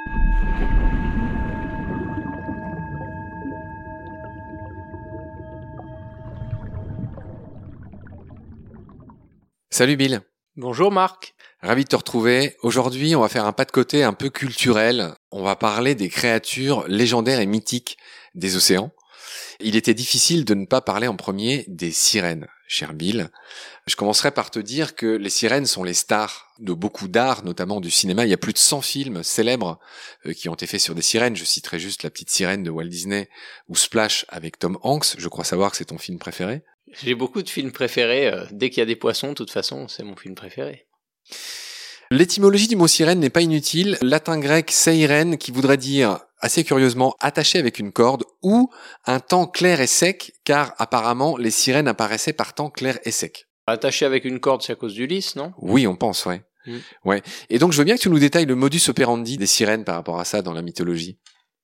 Salut Bill. Bonjour Marc. Ravi de te retrouver. Aujourd'hui, on va faire un pas de côté un peu culturel. On va parler des créatures légendaires et mythiques des océans. Il était difficile de ne pas parler en premier des sirènes, cher Bill. Je commencerai par te dire que les sirènes sont les stars de beaucoup d'art, notamment du cinéma. Il y a plus de 100 films célèbres qui ont été faits sur des sirènes. Je citerai juste La Petite Sirène de Walt Disney ou Splash avec Tom Hanks. Je crois savoir que c'est ton film préféré. J'ai beaucoup de films préférés. Dès qu'il y a des poissons, de toute façon, c'est mon film préféré. L'étymologie du mot sirène n'est pas inutile. Latin grec seiren qui voudrait dire, assez curieusement, attaché avec une corde ou un temps clair et sec, car apparemment les sirènes apparaissaient par temps clair et sec. Attaché avec une corde, c'est à cause d'Ulysse, non ? Oui, on pense, ouais. Ouais. Et donc je veux bien que tu nous détailles le modus operandi des sirènes par rapport à ça dans la mythologie.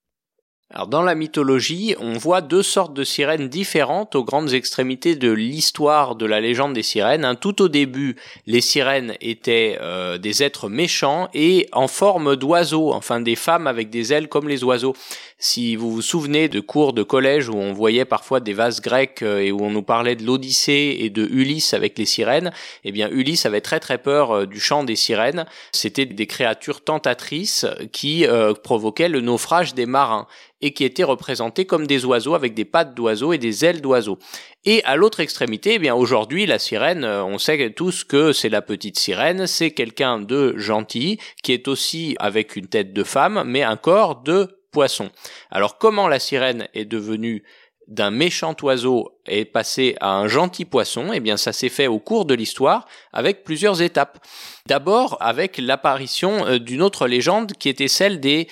Alors dans la mythologie, on voit deux sortes de sirènes différentes aux grandes extrémités de l'histoire de la légende des sirènes. Tout au début, les sirènes étaient des êtres méchants et en forme d'oiseaux, enfin des femmes avec des ailes comme les oiseaux. Si vous vous souvenez de cours de collège où on voyait parfois des vases grecs et où on nous parlait de l'Odyssée et de Ulysse avec les sirènes, eh bien Ulysse avait très très peur du chant des sirènes. C'était des créatures tentatrices qui provoquaient le naufrage des marins et qui étaient représentés comme des oiseaux avec des pattes d'oiseaux et des ailes d'oiseaux. Et à l'autre extrémité, eh bien aujourd'hui, la sirène, on sait tous que c'est la petite sirène, c'est quelqu'un de gentil, qui est aussi avec une tête de femme, mais un corps de poisson. Alors comment la sirène est devenue d'un méchant oiseau et passée à un gentil poisson ? Eh bien ça s'est fait au cours de l'histoire avec plusieurs étapes. D'abord avec l'apparition d'une autre légende qui était celle des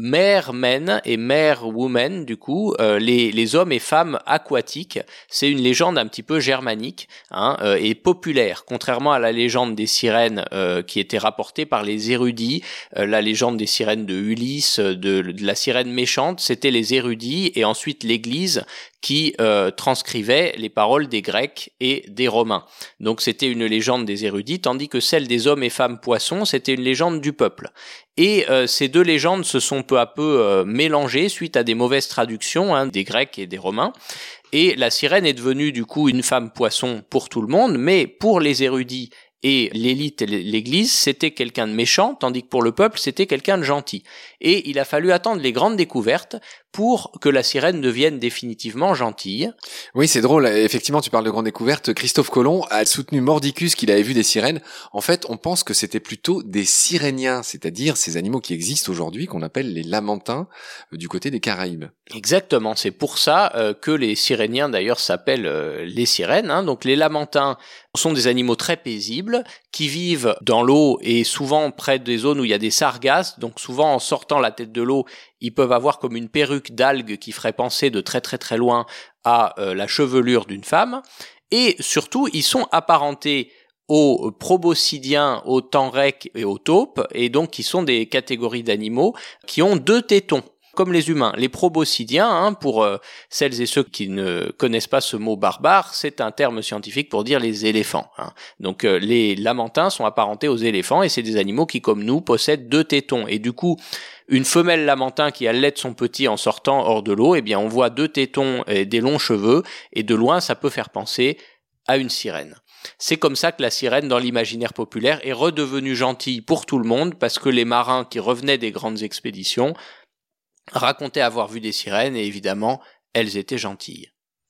mermen et merwomen, du coup, les hommes et femmes aquatiques. C'est une légende un petit peu germanique et populaire, contrairement à la légende des sirènes qui était rapportée par les érudits. La légende des sirènes de Ulysse, de la sirène méchante, c'était les érudits et ensuite l'Église qui transcrivait les paroles des Grecs et des Romains. Donc c'était une légende des érudits, tandis que celle des hommes et femmes poissons, c'était une légende du peuple. Et ces deux légendes se sont peu à peu mélangées suite à des mauvaises traductions des Grecs et des Romains. Et la sirène est devenue du coup une femme poisson pour tout le monde, mais pour les érudits et l'élite et l'Église, c'était quelqu'un de méchant, tandis que pour le peuple, c'était quelqu'un de gentil. Et il a fallu attendre les grandes découvertes pour que la sirène devienne définitivement gentille. Oui, c'est drôle. Effectivement, tu parles de grandes découvertes. Christophe Colomb a soutenu Mordicus qu'il avait vu des sirènes. En fait, on pense que c'était plutôt des siréniens, c'est-à-dire ces animaux qui existent aujourd'hui, qu'on appelle les lamantins, du côté des Caraïbes. Exactement. C'est pour ça que les siréniens, d'ailleurs, s'appellent les sirènes. Donc les lamantins sont des animaux très paisibles qui vivent dans l'eau et souvent près des zones où il y a des sargasses. Donc souvent, en sortant la tête de l'eau, ils peuvent avoir comme une perruque d'algues qui ferait penser de très très très loin à la chevelure d'une femme. Et surtout, ils sont apparentés aux proboscidiens, aux tenrecs et aux taupes, et donc qui sont des catégories d'animaux qui ont deux tétons. Comme les humains. Les proboscidiens, pour celles et ceux qui ne connaissent pas ce mot barbare, c'est un terme scientifique pour dire les éléphants. Donc les lamantins sont apparentés aux éléphants et c'est des animaux qui, comme nous, possèdent deux tétons. Et du coup, une femelle lamentin qui allaite son petit en sortant hors de l'eau, eh bien on voit deux tétons et des longs cheveux, et de loin ça peut faire penser à une sirène. C'est comme ça que la sirène, dans l'imaginaire populaire, est redevenue gentille pour tout le monde, parce que les marins qui revenaient des grandes expéditions racontaient avoir vu des sirènes et évidemment, elles étaient gentilles.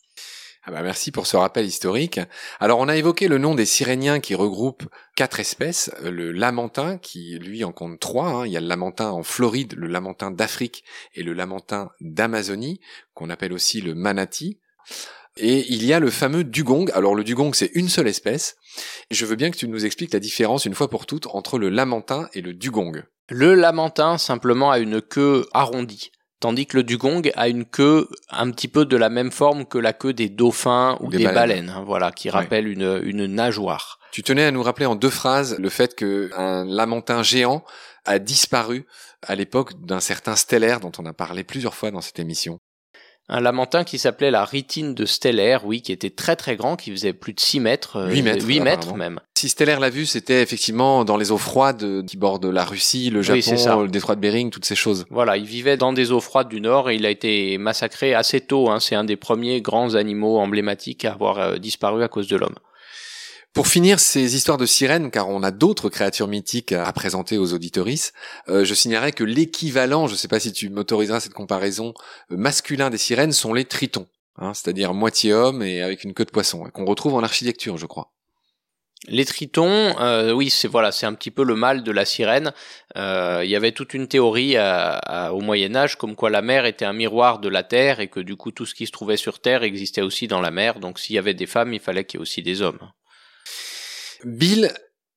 Merci pour ce rappel historique. Alors, on a évoqué le nom des siréniens qui regroupent 4 espèces. Le lamantin, qui lui en compte 3. Il y a le lamantin en Floride, le lamantin d'Afrique et le lamantin d'Amazonie, qu'on appelle aussi le manatee. Et il y a le fameux dugong. Alors, le dugong, c'est une seule espèce. Je veux bien que tu nous expliques la différence une fois pour toutes entre le lamantin et le dugong. Le lamantin, simplement, a une queue arrondie, tandis que le dugong a une queue un petit peu de la même forme que la queue des dauphins ou des baleines, qui rappelle une nageoire. Tu tenais à nous rappeler en 2 phrases le fait qu'un lamantin géant a disparu à l'époque d'un certain stellaire dont on a parlé plusieurs fois dans cette émission. Un lamantin qui s'appelait la rhytine de Stellaire, qui était très très grand, qui faisait plus de 6 mètres, 8 mètres, 8 mètres même. si Stellaire l'a vu, c'était effectivement dans les eaux froides qui bordent la Russie, le Japon, le détroit de Bering, toutes ces choses. Voilà, il vivait dans des eaux froides du Nord et il a été massacré assez tôt. C'est un des premiers grands animaux emblématiques à avoir disparu à cause de l'homme. Pour finir ces histoires de sirènes, car on a d'autres créatures mythiques à présenter aux auditoristes, je signalerais que l'équivalent, je ne sais pas si tu m'autoriseras cette comparaison, masculin des sirènes sont les tritons, c'est-à-dire moitié homme et avec une queue de poisson, qu'on retrouve en architecture, je crois. Les tritons, oui, c'est un petit peu le mâle de la sirène. Il y avait toute une théorie au Moyen-Âge comme quoi la mer était un miroir de la terre et que du coup tout ce qui se trouvait sur terre existait aussi dans la mer. Donc s'il y avait des femmes, il fallait qu'il y ait aussi des hommes. Bill,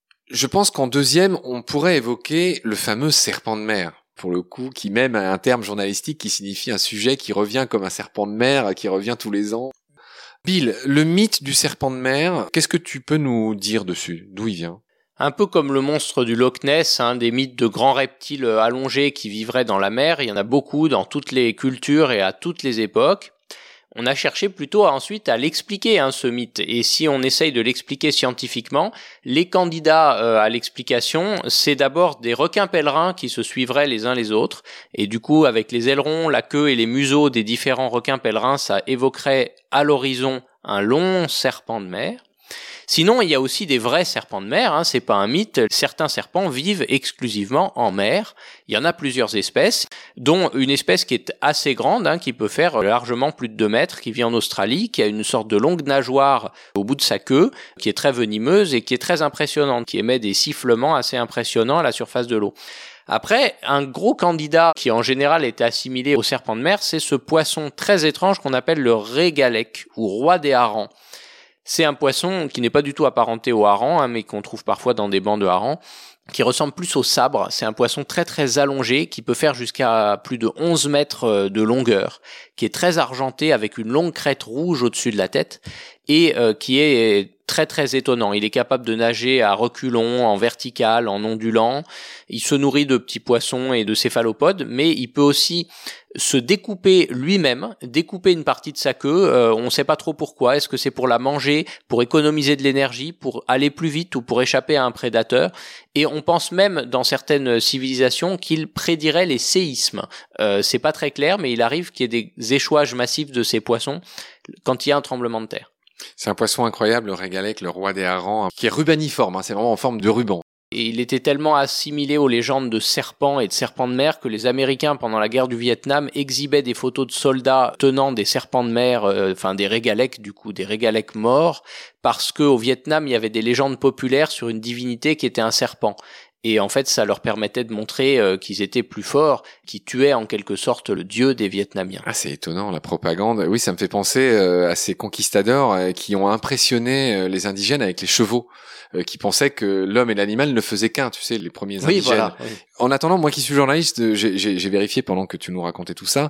je pense qu'en deuxième, on pourrait évoquer le fameux serpent de mer, pour le coup, qui même a un terme journalistique qui signifie un sujet qui revient comme un serpent de mer, qui revient tous les ans. Bill, le mythe du serpent de mer, qu'est-ce que tu peux nous dire dessus? D'où il vient? Un peu comme le monstre du Loch Ness, des mythes de grands reptiles allongés qui vivraient dans la mer, il y en a beaucoup dans toutes les cultures et à toutes les époques. On a cherché plutôt ensuite à l'expliquer, ce mythe. Et si on essaye de l'expliquer scientifiquement, les candidats à l'explication, c'est d'abord des requins pèlerins qui se suivraient les uns les autres. Et du coup, avec les ailerons, la queue et les museaux des différents requins pèlerins, ça évoquerait à l'horizon un long serpent de mer. Sinon, il y a aussi des vrais serpents de mer, c'est pas un mythe. Certains serpents vivent exclusivement en mer. Il y en a plusieurs espèces, dont une espèce qui est assez grande, qui peut faire largement plus de 2 mètres, qui vit en Australie, qui a une sorte de longue nageoire au bout de sa queue, qui est très venimeuse et qui est très impressionnante, qui émet des sifflements assez impressionnants à la surface de l'eau. Après, un gros candidat qui en général est assimilé au serpent de mer, c'est ce poisson très étrange qu'on appelle le régalèque, ou roi des harengs. C'est un poisson qui n'est pas du tout apparenté au hareng, mais qu'on trouve parfois dans des bancs de harengs, qui ressemble plus au sabre. C'est un poisson très très allongé, qui peut faire jusqu'à plus de 11 mètres de longueur, qui est très argenté avec une longue crête rouge au-dessus de la tête, et qui est très très étonnant. Il est capable de nager à reculons, en vertical, en ondulant. Il se nourrit de petits poissons et de céphalopodes, mais il peut aussi se découper lui-même, découper une partie de sa queue. On ne sait pas trop pourquoi. Est-ce que c'est pour la manger, pour économiser de l'énergie, pour aller plus vite ou pour échapper à un prédateur? Et on pense même dans certaines civilisations qu'il prédirait les séismes. C'est pas très clair, mais il arrive qu'il y ait des échouages massifs de ces poissons quand il y a un tremblement de terre. C'est un poisson incroyable, le régalèque, le roi des harengs, qui est rubaniforme, c'est vraiment en forme de ruban. Et il était tellement assimilé aux légendes de serpents et de serpents de mer que les Américains, pendant la guerre du Vietnam, exhibaient des photos de soldats tenant des serpents de mer, des régalèques, des régalèques morts, parce qu'au Vietnam, il y avait des légendes populaires sur une divinité qui était un serpent. Et en fait, ça leur permettait de montrer qu'ils étaient plus forts, qu'ils tuaient en quelque sorte le dieu des Vietnamiens. Ah, c'est étonnant, la propagande. Oui, ça me fait penser à ces conquistadors qui ont impressionné les indigènes avec les chevaux, qui pensaient que l'homme et l'animal ne faisaient qu'un, tu sais, les premiers indigènes. Voilà, oui. En attendant, moi qui suis journaliste, j'ai vérifié pendant que tu nous racontais tout ça,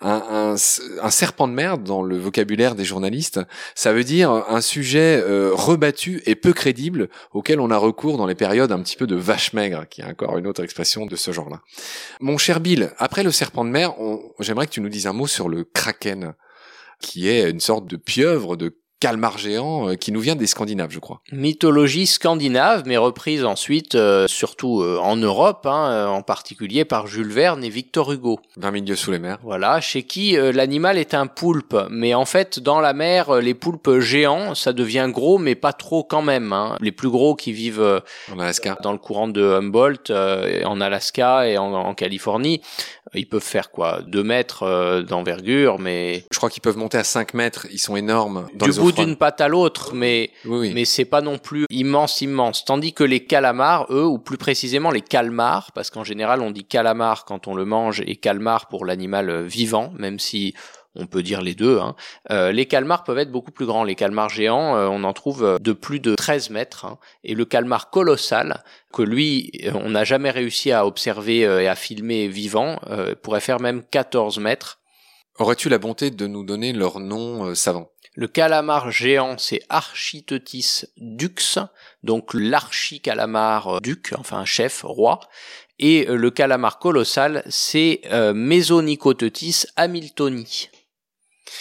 un serpent de mer dans le vocabulaire des journalistes, ça veut dire un sujet rebattu et peu crédible auquel on a recours dans les périodes un petit peu de vache maigre, qui est encore une autre expression de ce genre-là. Mon cher Bill, après le serpent de mer, j'aimerais que tu nous dises un mot sur le kraken, qui est une sorte de pieuvre, de calmar géant qui nous vient des Scandinaves, je crois. Mythologie scandinave, mais reprise ensuite, surtout en Europe, en particulier par Jules Verne et Victor Hugo. 20 milieux sous les mers. Voilà, chez qui l'animal est un poulpe, mais en fait, dans la mer, les poulpes géants, ça devient gros, mais pas trop quand même. Les plus gros qui vivent en Alaska, dans le courant de Humboldt, en Alaska et en Californie, ils peuvent faire 2 mètres d'envergure, mais... Je crois qu'ils peuvent monter à 5 mètres, ils sont énormes. Du bout d'une patte à l'autre, mais c'est pas non plus immense. Tandis que les calamars, eux, ou plus précisément les calmars, parce qu'en général on dit calamar quand on le mange et calmar pour l'animal vivant, même si on peut dire les deux. Les calmars peuvent être beaucoup plus grands. Les calmars géants, on en trouve de plus de 13 mètres. Et le calmar colossal, que lui, on n'a jamais réussi à observer et à filmer vivant, pourrait faire même 14 mètres. Aurais-tu la bonté de nous donner leur nom savant ? Le calamar géant, c'est Architeuthis dux, donc l'archicalamar duc, enfin chef, roi. Et le calamar colossal, c'est Mesonicoteuthis hamiltoni.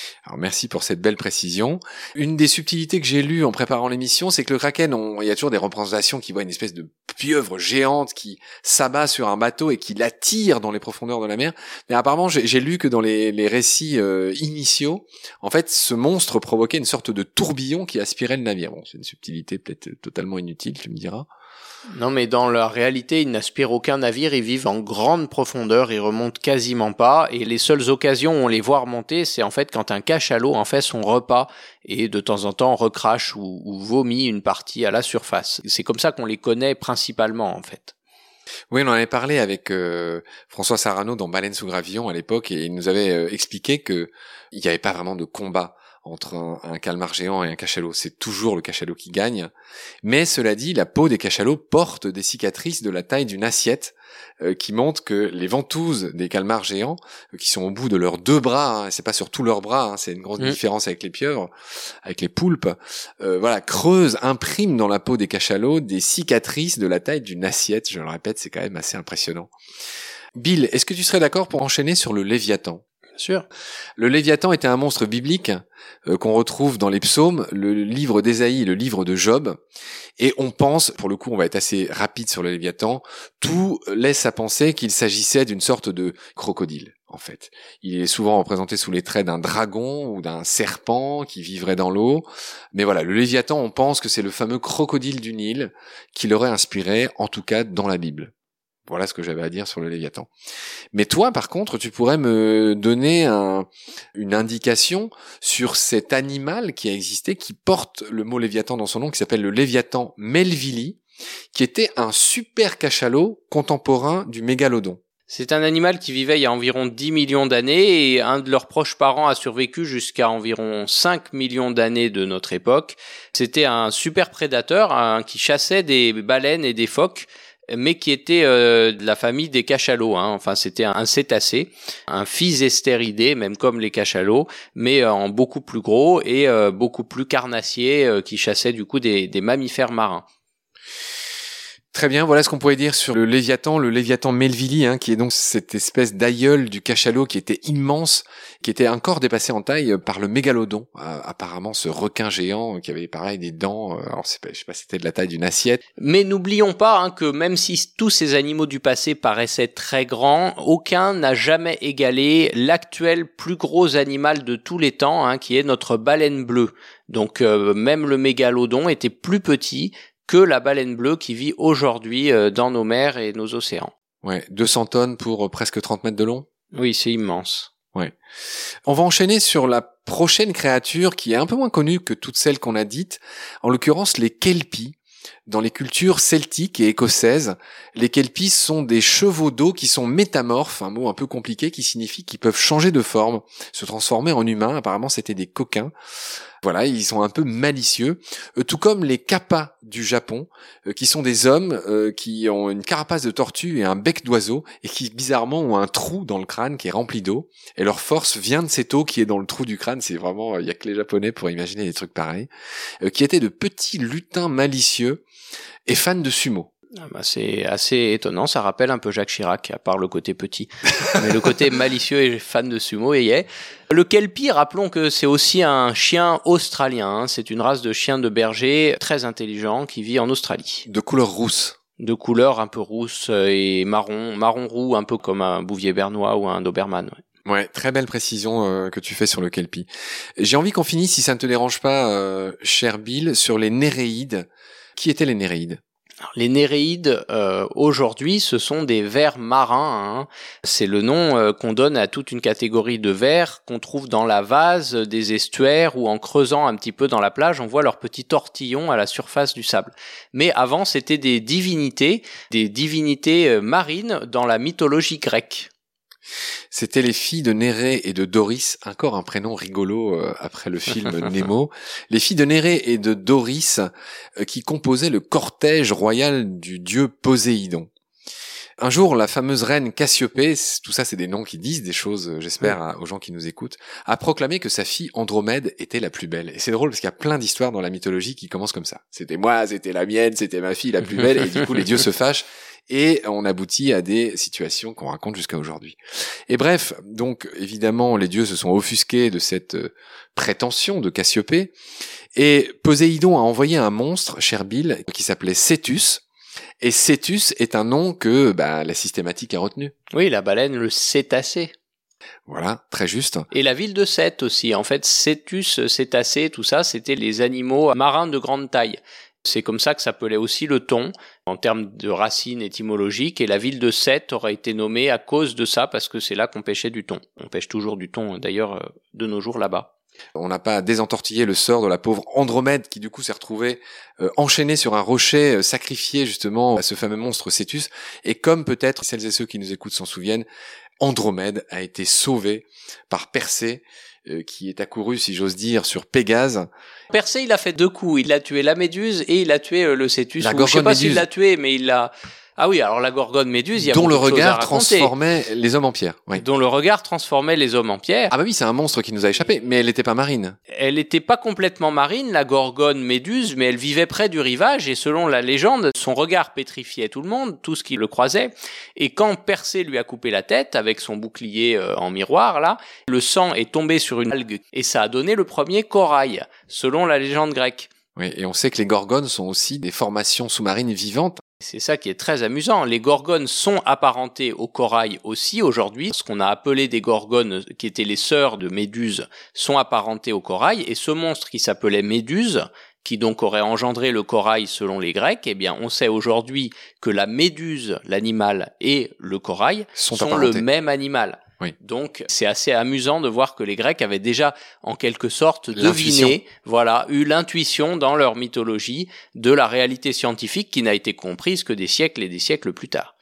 Alors merci pour cette belle précision. Une des subtilités que j'ai lues en préparant l'émission, c'est que le kraken, il y a toujours des représentations qui voient une espèce de pieuvre géante qui s'abat sur un bateau et qui l'attire dans les profondeurs de la mer. Mais apparemment, j'ai lu que dans les récits initiaux, en fait, ce monstre provoquait une sorte de tourbillon qui aspirait le navire. Bon, c'est une subtilité peut-être totalement inutile, tu me diras. Non, mais dans la réalité, ils n'aspirent aucun navire, ils vivent en grande profondeur, ils remontent quasiment pas, et les seules occasions où on les voit remonter, c'est en fait quand un cachalot en fait son repas, et de temps en temps recrache ou vomit une partie à la surface. C'est comme ça qu'on les connaît principalement, en fait. Oui, on en avait parlé avec François Sarano dans Baleine sous gravillon à l'époque, et il nous avait expliqué que il n'y avait pas vraiment de combat entre un calmar géant et un cachalot. C'est toujours le cachalot qui gagne. Mais cela dit, la peau des cachalots porte des cicatrices de la taille d'une assiette qui montrent que les ventouses des calmars géants, qui sont au bout de leurs 2 bras, c'est pas sur tous leurs bras, c'est une grosse différence avec les pieuvres, avec les poulpes, creusent, impriment dans la peau des cachalots des cicatrices de la taille d'une assiette. Je le répète, c'est quand même assez impressionnant. Bill, est-ce que tu serais d'accord pour enchaîner sur le Léviathan ? Bien sûr. Le Léviathan était un monstre biblique qu'on retrouve dans les psaumes, le livre d'Ésaïe et le livre de Job. Et on pense, pour le coup on va être assez rapide sur le Léviathan, tout laisse à penser qu'il s'agissait d'une sorte de crocodile, en fait. Il est souvent représenté sous les traits d'un dragon ou d'un serpent qui vivrait dans l'eau. Mais voilà, le Léviathan, on pense que c'est le fameux crocodile du Nil qui l'aurait inspiré, en tout cas dans la Bible. Voilà ce que j'avais à dire sur le Léviathan. Mais toi, par contre, tu pourrais me donner une indication sur cet animal qui a existé, qui porte le mot Léviathan dans son nom, qui s'appelle le Léviathan melvili, qui était un super cachalot contemporain du mégalodon. C'est un animal qui vivait il y a environ 10 millions d'années et un de leurs proches parents a survécu jusqu'à environ 5 millions d'années de notre époque. C'était un super prédateur qui chassait des baleines et des phoques, mais qui était de la famille des cachalots. Enfin, c'était un cétacé, un physestéridé, même comme les cachalots, mais en beaucoup plus gros et beaucoup plus carnassier, qui chassait du coup des mammifères marins. Très bien, voilà ce qu'on pourrait dire sur le Léviathan melvili, qui est donc cette espèce d'aïeul du cachalot qui était immense, qui était encore dépassé en taille par le mégalodon, apparemment ce requin géant qui avait pareil des dents, alors je sais pas si c'était de la taille d'une assiette. Mais n'oublions pas que même si tous ces animaux du passé paraissaient très grands, aucun n'a jamais égalé l'actuel plus gros animal de tous les temps, qui est notre baleine bleue. Donc même le mégalodon était plus petit que la baleine bleue qui vit aujourd'hui dans nos mers et nos océans. Ouais, 200 tonnes pour presque 30 mètres de long. Oui, c'est immense. Ouais. On va enchaîner sur la prochaine créature qui est un peu moins connue que toutes celles qu'on a dites, en l'occurrence les kelpies. Dans les cultures celtiques et écossaises, les kelpies sont des chevaux d'eau qui sont métamorphes, un mot un peu compliqué qui signifie qu'ils peuvent changer de forme, se transformer en humains. Apparemment, c'était des coquins. Voilà, ils sont un peu malicieux, tout comme les kappas du Japon, qui sont des hommes qui ont une carapace de tortue et un bec d'oiseau, et qui bizarrement ont un trou dans le crâne qui est rempli d'eau, et leur force vient de cette eau qui est dans le trou du crâne. C'est vraiment, il y a que les Japonais pour imaginer des trucs pareils, qui étaient de petits lutins malicieux et fans de sumo. C'est assez étonnant, ça rappelle un peu Jacques Chirac, à part le côté petit. Mais le côté malicieux et fan de sumo, y est. Le kelpie, rappelons que c'est aussi un chien australien. C'est une race de chien de berger très intelligent qui vit en Australie. De couleur rousse. De couleur un peu rousse et marron roux, un peu comme un bouvier bernois ou un doberman. Ouais, très belle précision que tu fais sur le kelpie. J'ai envie qu'on finisse, si ça ne te dérange pas, cher Bill, sur les néréides. Qui étaient les néréides ? Les néréides, aujourd'hui, ce sont des vers marins. C'est le nom qu'on donne à toute une catégorie de vers qu'on trouve dans la vase des estuaires ou en creusant un petit peu dans la plage, on voit leurs petits tortillons à la surface du sable. Mais avant, c'était des divinités marines dans la mythologie grecque. C'était les filles de Nérée et de Doris, encore un prénom rigolo après le film Nemo. Les filles de Nérée et de Doris qui composaient le cortège royal du dieu Poséidon. Un jour, la fameuse reine Cassiopée, tout ça c'est des noms qui disent des choses, j'espère, aux gens qui nous écoutent, a proclamé que sa fille Andromède était la plus belle. Et c'est drôle parce qu'il y a plein d'histoires dans la mythologie qui commencent comme ça. C'était moi, c'était la mienne, c'était ma fille la plus belle, et du coup les dieux se fâchent et on aboutit à des situations qu'on raconte jusqu'à aujourd'hui. Et bref, donc évidemment les dieux se sont offusqués de cette prétention de Cassiopée, et Poséidon a envoyé un monstre, cher Bill, qui s'appelait Cétus, et Cétus est un nom que la systématique a retenu. Oui, la baleine, le cétacé. Voilà, très juste. Et la ville de Sète aussi. En fait, Cétus, cétacé, tout ça, c'était les animaux marins de grande taille. C'est comme ça que s'appelait aussi le thon, en termes de racines étymologiques, et la ville de Sète aurait été nommée à cause de ça, parce que c'est là qu'on pêchait du thon. On pêche toujours du thon, d'ailleurs, de nos jours là-bas. On n'a pas désentortillé le sort de la pauvre Andromède qui du coup s'est retrouvée enchaînée sur un rocher, sacrifiée justement à ce fameux monstre Cétus. Et comme peut-être celles et ceux qui nous écoutent s'en souviennent, Andromède a été sauvée par Persée, qui est accouru, si j'ose dire, sur Pégase. Persée, il a fait 2 coups. Il a tué la Méduse et il a tué le Cétus. La Gorgone je sais pas Méduse. s'il l'a tué, mais il l'a... Ah oui, alors la Gorgone Méduse, il y a dont le beaucoup de choses à regard raconter. transformait les hommes en pierre. Oui. Dont le regard transformait les hommes en pierre. Ah bah oui, c'est un monstre qui nous a échappé, mais elle n'était pas marine. Elle n'était pas complètement marine, la Gorgone Méduse, mais elle vivait près du rivage et selon la légende, son regard pétrifiait tout le monde, tout ce qui le croisait. Et quand Persée lui a coupé la tête avec son bouclier en miroir, là, le sang est tombé sur une algue et ça a donné le premier corail, selon la légende grecque. Oui, et on sait que les gorgones sont aussi des formations sous-marines vivantes. C'est ça qui est très amusant. Les gorgones sont apparentées au corail aussi aujourd'hui. Ce qu'on a appelé des gorgones, qui étaient les sœurs de Méduse, sont apparentées au corail. Et ce monstre qui s'appelait Méduse, qui donc aurait engendré le corail selon les Grecs, eh bien, on sait aujourd'hui que la méduse, l'animal, et le corail sont le même animal. Oui. Donc, c'est assez amusant de voir que les Grecs avaient déjà, en quelque sorte, deviné, eu l'intuition dans leur mythologie de la réalité scientifique qui n'a été comprise que des siècles et des siècles plus tard.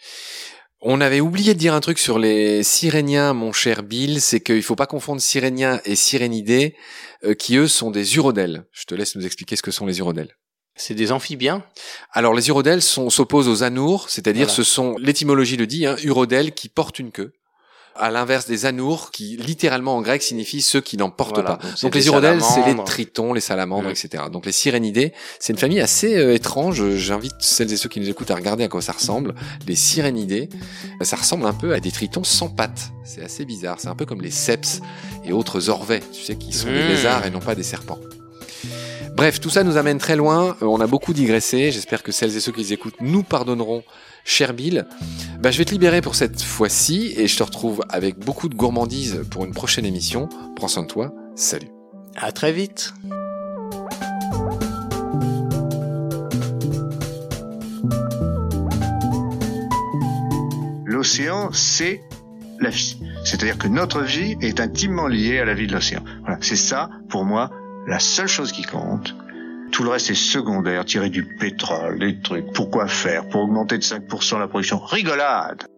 On avait oublié de dire un truc sur les Siréniens, mon cher Bill, c'est qu'il faut pas confondre Siréniens et Sirénidés, qui eux sont des urodèles. Je te laisse nous expliquer ce que sont les urodèles. C'est des amphibiens? Alors les urodèles s'opposent aux anours, c'est-à-dire ce sont, l'étymologie le dit, urodèles qui portent une queue. À l'inverse des anours, qui littéralement en grec signifient ceux qui n'en portent pas. Donc les urodèles, c'est les tritons, les salamandres, etc. Donc les Sirénidés, c'est une famille assez étrange. J'invite celles et ceux qui nous écoutent à regarder à quoi ça ressemble. Les Sirénidés, ça ressemble un peu à des tritons sans pattes. C'est assez bizarre. C'est un peu comme les ceps et autres orvets, tu sais, qui sont des lézards et non pas des serpents. Bref, tout ça nous amène très loin. On a beaucoup digressé. J'espère que celles et ceux qui les écoutent nous pardonneront. Cher Bill, je vais te libérer pour cette fois-ci et je te retrouve avec beaucoup de gourmandise pour une prochaine émission. Prends soin de toi. Salut. À très vite. L'océan, c'est la vie. C'est-à-dire que notre vie est intimement liée à la vie de l'océan. Voilà, c'est ça, pour moi, la seule chose qui compte. Tout le reste est secondaire, tirer du pétrole, des trucs. Pourquoi faire? Pour augmenter de 5% la production? Rigolade!